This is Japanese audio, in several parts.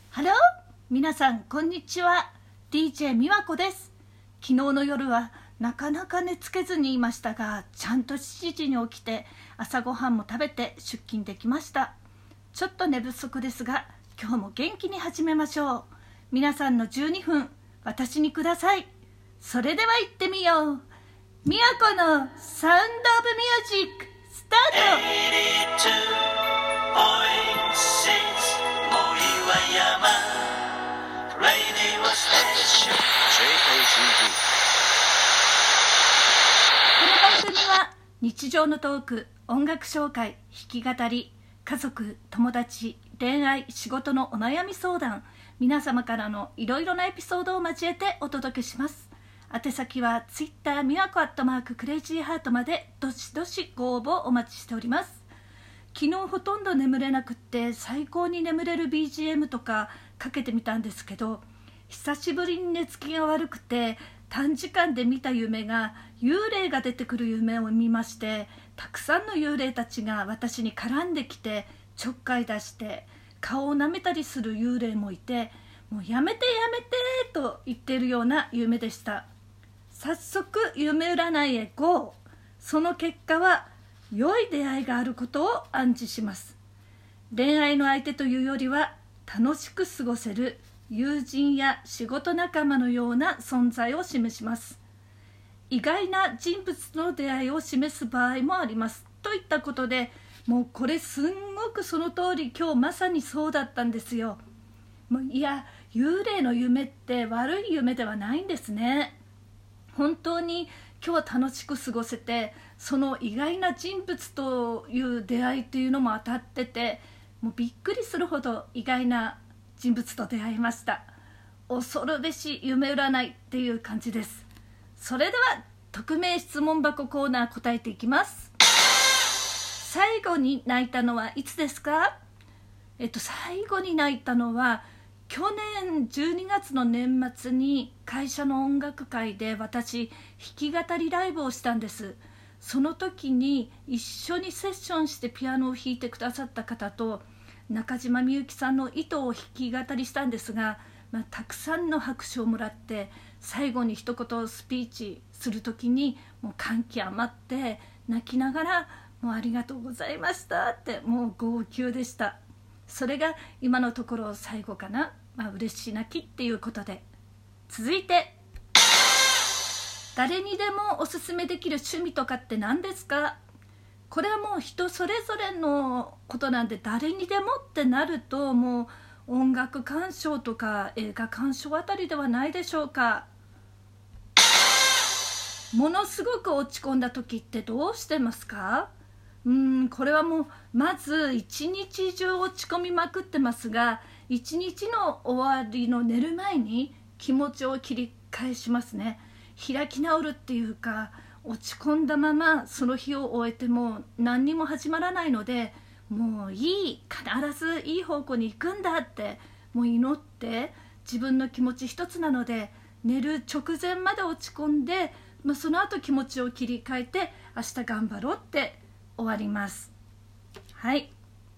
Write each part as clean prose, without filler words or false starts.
ハロー、皆さんこんにちは。 DJ みわこです。昨日の夜はなかなか寝つけずにいましたが、ちゃんと7時に起きて朝ごはんも食べて出勤できました。ちょっと寝不足ですが、今日も元気に始めましょう。皆さんの12分私にください。それでは行ってみよう。みわこのサウンドオブミュージックスタート。この番組は日常のトーク、音楽紹介、弾き語り、家族、友達、恋愛、仕事のお悩み相談、皆様からのいろいろなエピソードを交えてお届けします。宛先は Twitter みわこクレイジーハートまでどしどしご応募お待ちしております。昨日ほとんど眠れなくって最高に眠れる BGM とかかけてみたんですけど、久しぶりに寝つきが悪くて短時間で見た夢が幽霊が出てくる夢を見まして、たくさんの幽霊たちが私に絡んできてちょっかい出して顔を舐めたりする幽霊もいて、もうやめてやめてと言っているような夢でした。早速夢占いへ GO。 その結果は良い出会いがあることを暗示します。恋愛の相手というよりは楽しく過ごせる友人や仕事仲間のような存在を示します。意外な人物の出会いを示す場合もありますといったことで、もうこれすんごくその通り、今日まさにそうだったんですよ。もういや、幽霊の夢って悪い夢ではないんですね。本当に今日楽しく過ごせて、その意外な人物という出会いというのも当たってて、もうびっくりするほど意外な人物と出会いました。恐るべし夢占いっていう感じです。それでは匿名質問箱コーナー答えていきます。最後に泣いたのはいつですか？最後に泣いたのは去年12月の年末に会社の音楽会で私弾き語りライブをしたんです。その時に一緒にセッションしてピアノを弾いてくださった方と中島みゆきさんの糸を弾き語りしたんですが、たくさんの拍手をもらって、最後に一言スピーチする時にもう感極まって泣きながら、もうありがとうございましたってもう号泣でした。それが今のところ最後かな。嬉し泣きっていうことで。続いて、誰にでもおすすめできる趣味とかって何ですか？これはもう人それぞれのことなんで、誰にでもってなるともう音楽鑑賞とか映画鑑賞あたりではないでしょうか。ものすごく落ち込んだ時ってどうしてますか？これはもうまず一日中落ち込みまくってますが、一日の終わりの寝る前に気持ちを切り返しますね。開き直るっていうか、落ち込んだままその日を終えても何にも始まらないので、もういい、必ずいい方向に行くんだってもう祈って、自分の気持ち一つなので寝る直前まで落ち込んで、その後気持ちを切り替えて明日頑張ろうって終わります。はい。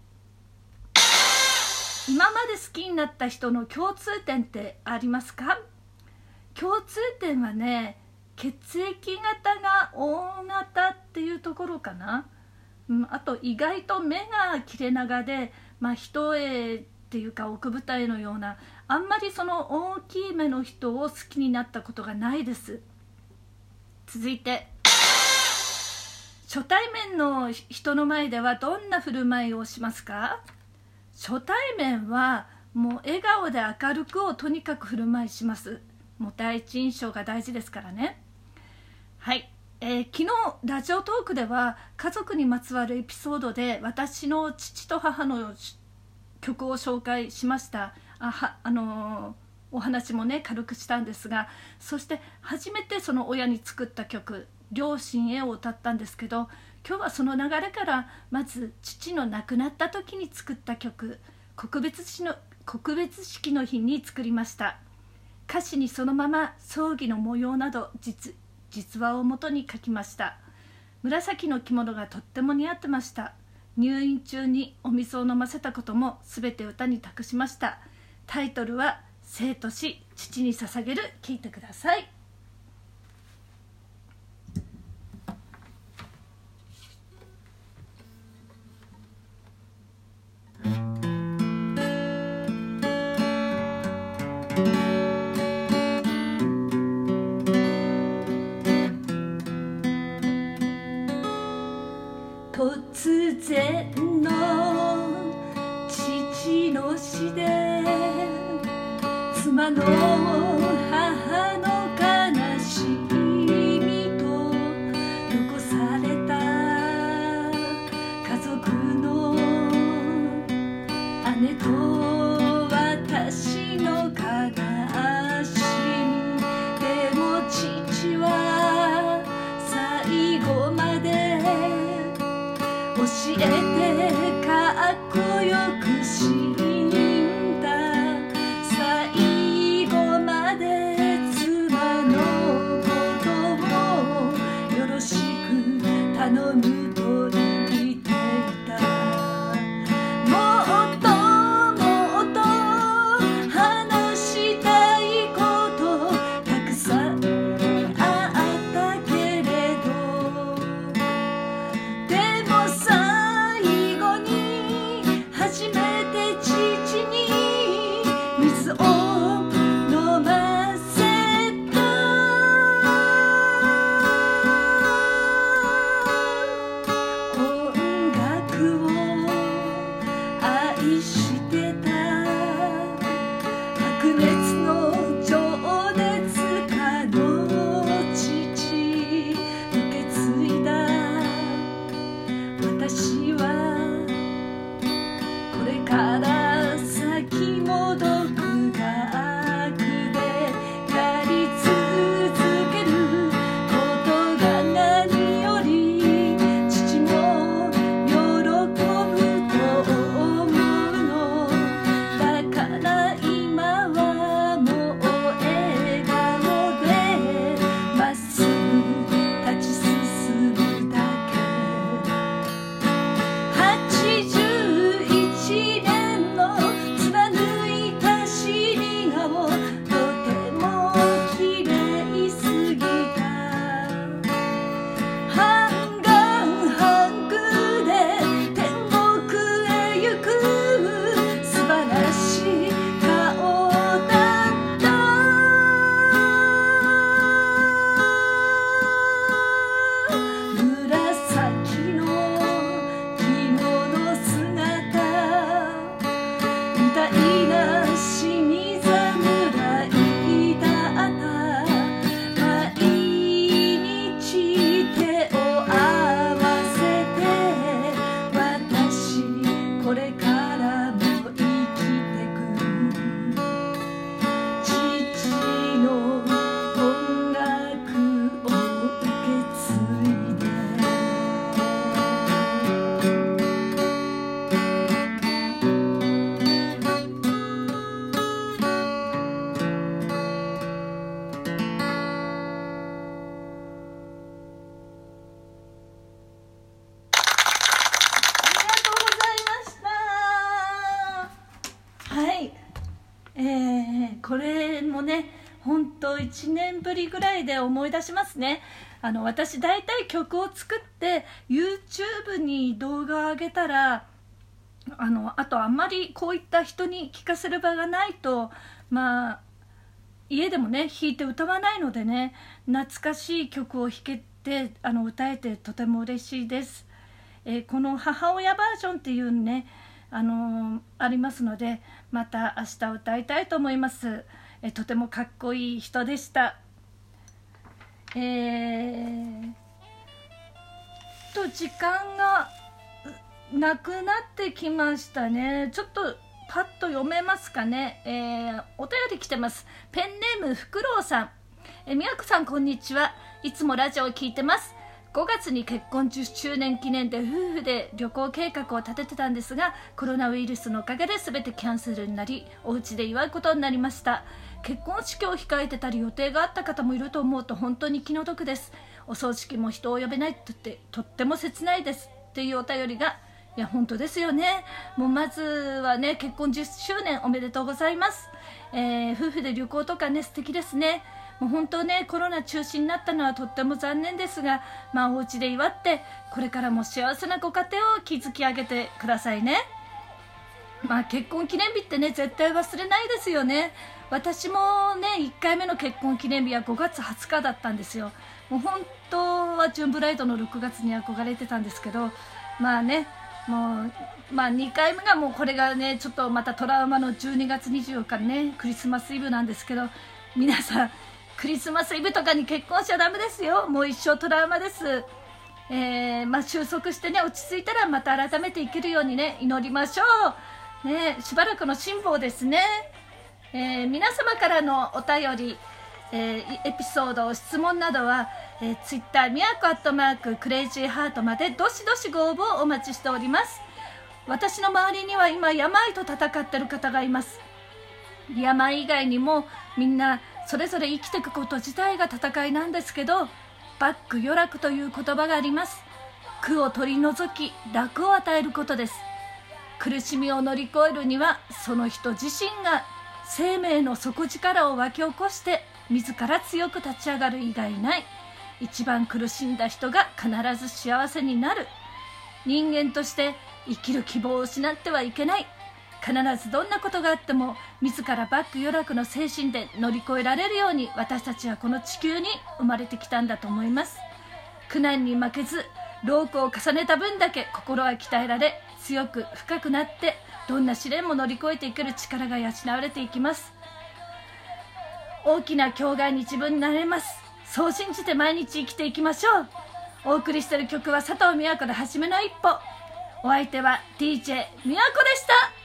今まで好きになった人の共通点ってありますか？共通点はね、血液型が O 型っていうところかな。あと意外と目が切れ長で、一重っていうか奥二重のような、あんまりその大きい目の人を好きになったことがないです。続いて、初対面の人の前ではどんな振る舞いをしますか？初対面はもう笑顔で明るくをとにかく振る舞いします。もう第一印象が大事ですからね。はい、昨日ラジオトークでは家族にまつわるエピソードで私の父と母の曲を紹介しました。お話もね軽くしたんですが、そして初めてその親に作った曲両親へを歌ったんですけど、今日はその流れからまず父の亡くなった時に作った曲、告別式の日に作りました。歌詞にそのまま葬儀の模様など実話をもとに書きました。紫の着物がとっても似合ってました。入院中にお水を飲ませたこともすべて歌に託しました。 タイトルは生と死、父に捧げる。聞いてください。 突然の父の死で妻の母の悲しみと残された家族の姉と私の悲しみでも父は最後まで教えてかっこよく死んだ最後まで妻のことをよろしく頼むと言っていた。もっともっと話したいことたくさんあったけれど、でも最後に初めて父に水を飲ませた。音楽を愛してた白熱の情熱家の父、受け継いだ私はこれから先も独学でやり続けることが何より父も喜ぶと思うの。だから今はもう笑顔でまっすぐ立ち進むだけ。81年の貫いた死に顔、とても綺麗すぎた。半眼半空で天国へ行く素晴らしい顔だった。紫の着物姿みたいな死に侍だった。毎日手を合わせて私これからも生きてく。父の音楽を受け継いで。 ありがとうございました。はい、これもね、本当1年ぶりぐらいで思い出しますね。私大体曲を作って YouTube に動画を上げたら、あとあんまりこういった人に聴かせる場がないと、家でもね弾いて歌わないのでね、懐かしい曲を弾けて歌えてとても嬉しいです。この母親バージョンっていうね、ありますので、また明日歌いたいと思います。とてもかっこいい人でした。時間がなくなってきましたね。ちょっとパッと読めますかね。お便り来てます。ペンネームフクロウさん。みやこさん、こんにちは。いつもラジオを聞いてます。5月に結婚10周年記念で夫婦で旅行計画を立ててたんですが、コロナウイルスのおかげで全てキャンセルになり、お家で祝うことになりました。結婚式を控えてたり予定があった方もいると思うと本当に気の毒です。お葬式も人を呼べないとってとっても切ないですっていうお便りがいや本当ですよね。もうまずはね、結婚10周年おめでとうございます。夫婦で旅行とかね、素敵ですね。もう本当ね、コロナ中止になったのはとっても残念ですが、お家で祝ってこれからも幸せなご家庭を築き上げてくださいね。結婚記念日ってね、絶対忘れないですよね。私もね、1回目の結婚記念日は5月20日だったんですよ。もう本当はジューンブライドの6月に憧れてたんですけど、2回目がもうこれがね、ちょっとまたトラウマの12月24日ね、クリスマスイブなんですけど、皆さんクリスマスイブとかに結婚しちゃダメですよ。もう一生トラウマです。収束してね、落ち着いたらまた改めて生きるようにね、祈りましょうね。しばらくの辛抱ですね。皆様からのお便り、エピソード、質問などは、ツイッターみやこクレイジーハートまでどしどしご応募をお待ちしております。私の周りには今病と闘っている方がいます。病以外にもみんなそれぞれ生きていくこと自体が戦いなんですけど、バック余楽という言葉があります。苦を取り除き楽を与えることです。苦しみを乗り越えるにはその人自身が生命の底力を湧き起こして自ら強く立ち上がる以外ない。一番苦しんだ人が必ず幸せになる。人間として生きる希望を失ってはいけない。必ずどんなことがあっても自らバック余楽の精神で乗り越えられるように、私たちはこの地球に生まれてきたんだと思います。苦難に負けず労苦を重ねた分だけ心は鍛えられ、強く深くなってどんな試練も乗り越えていける力が養われていきます。大きな境外に自分になれます。そう信じて毎日生きていきましょう。お送りしている曲は佐藤美和子で初めの一歩。お相手は DJ 美和子でした。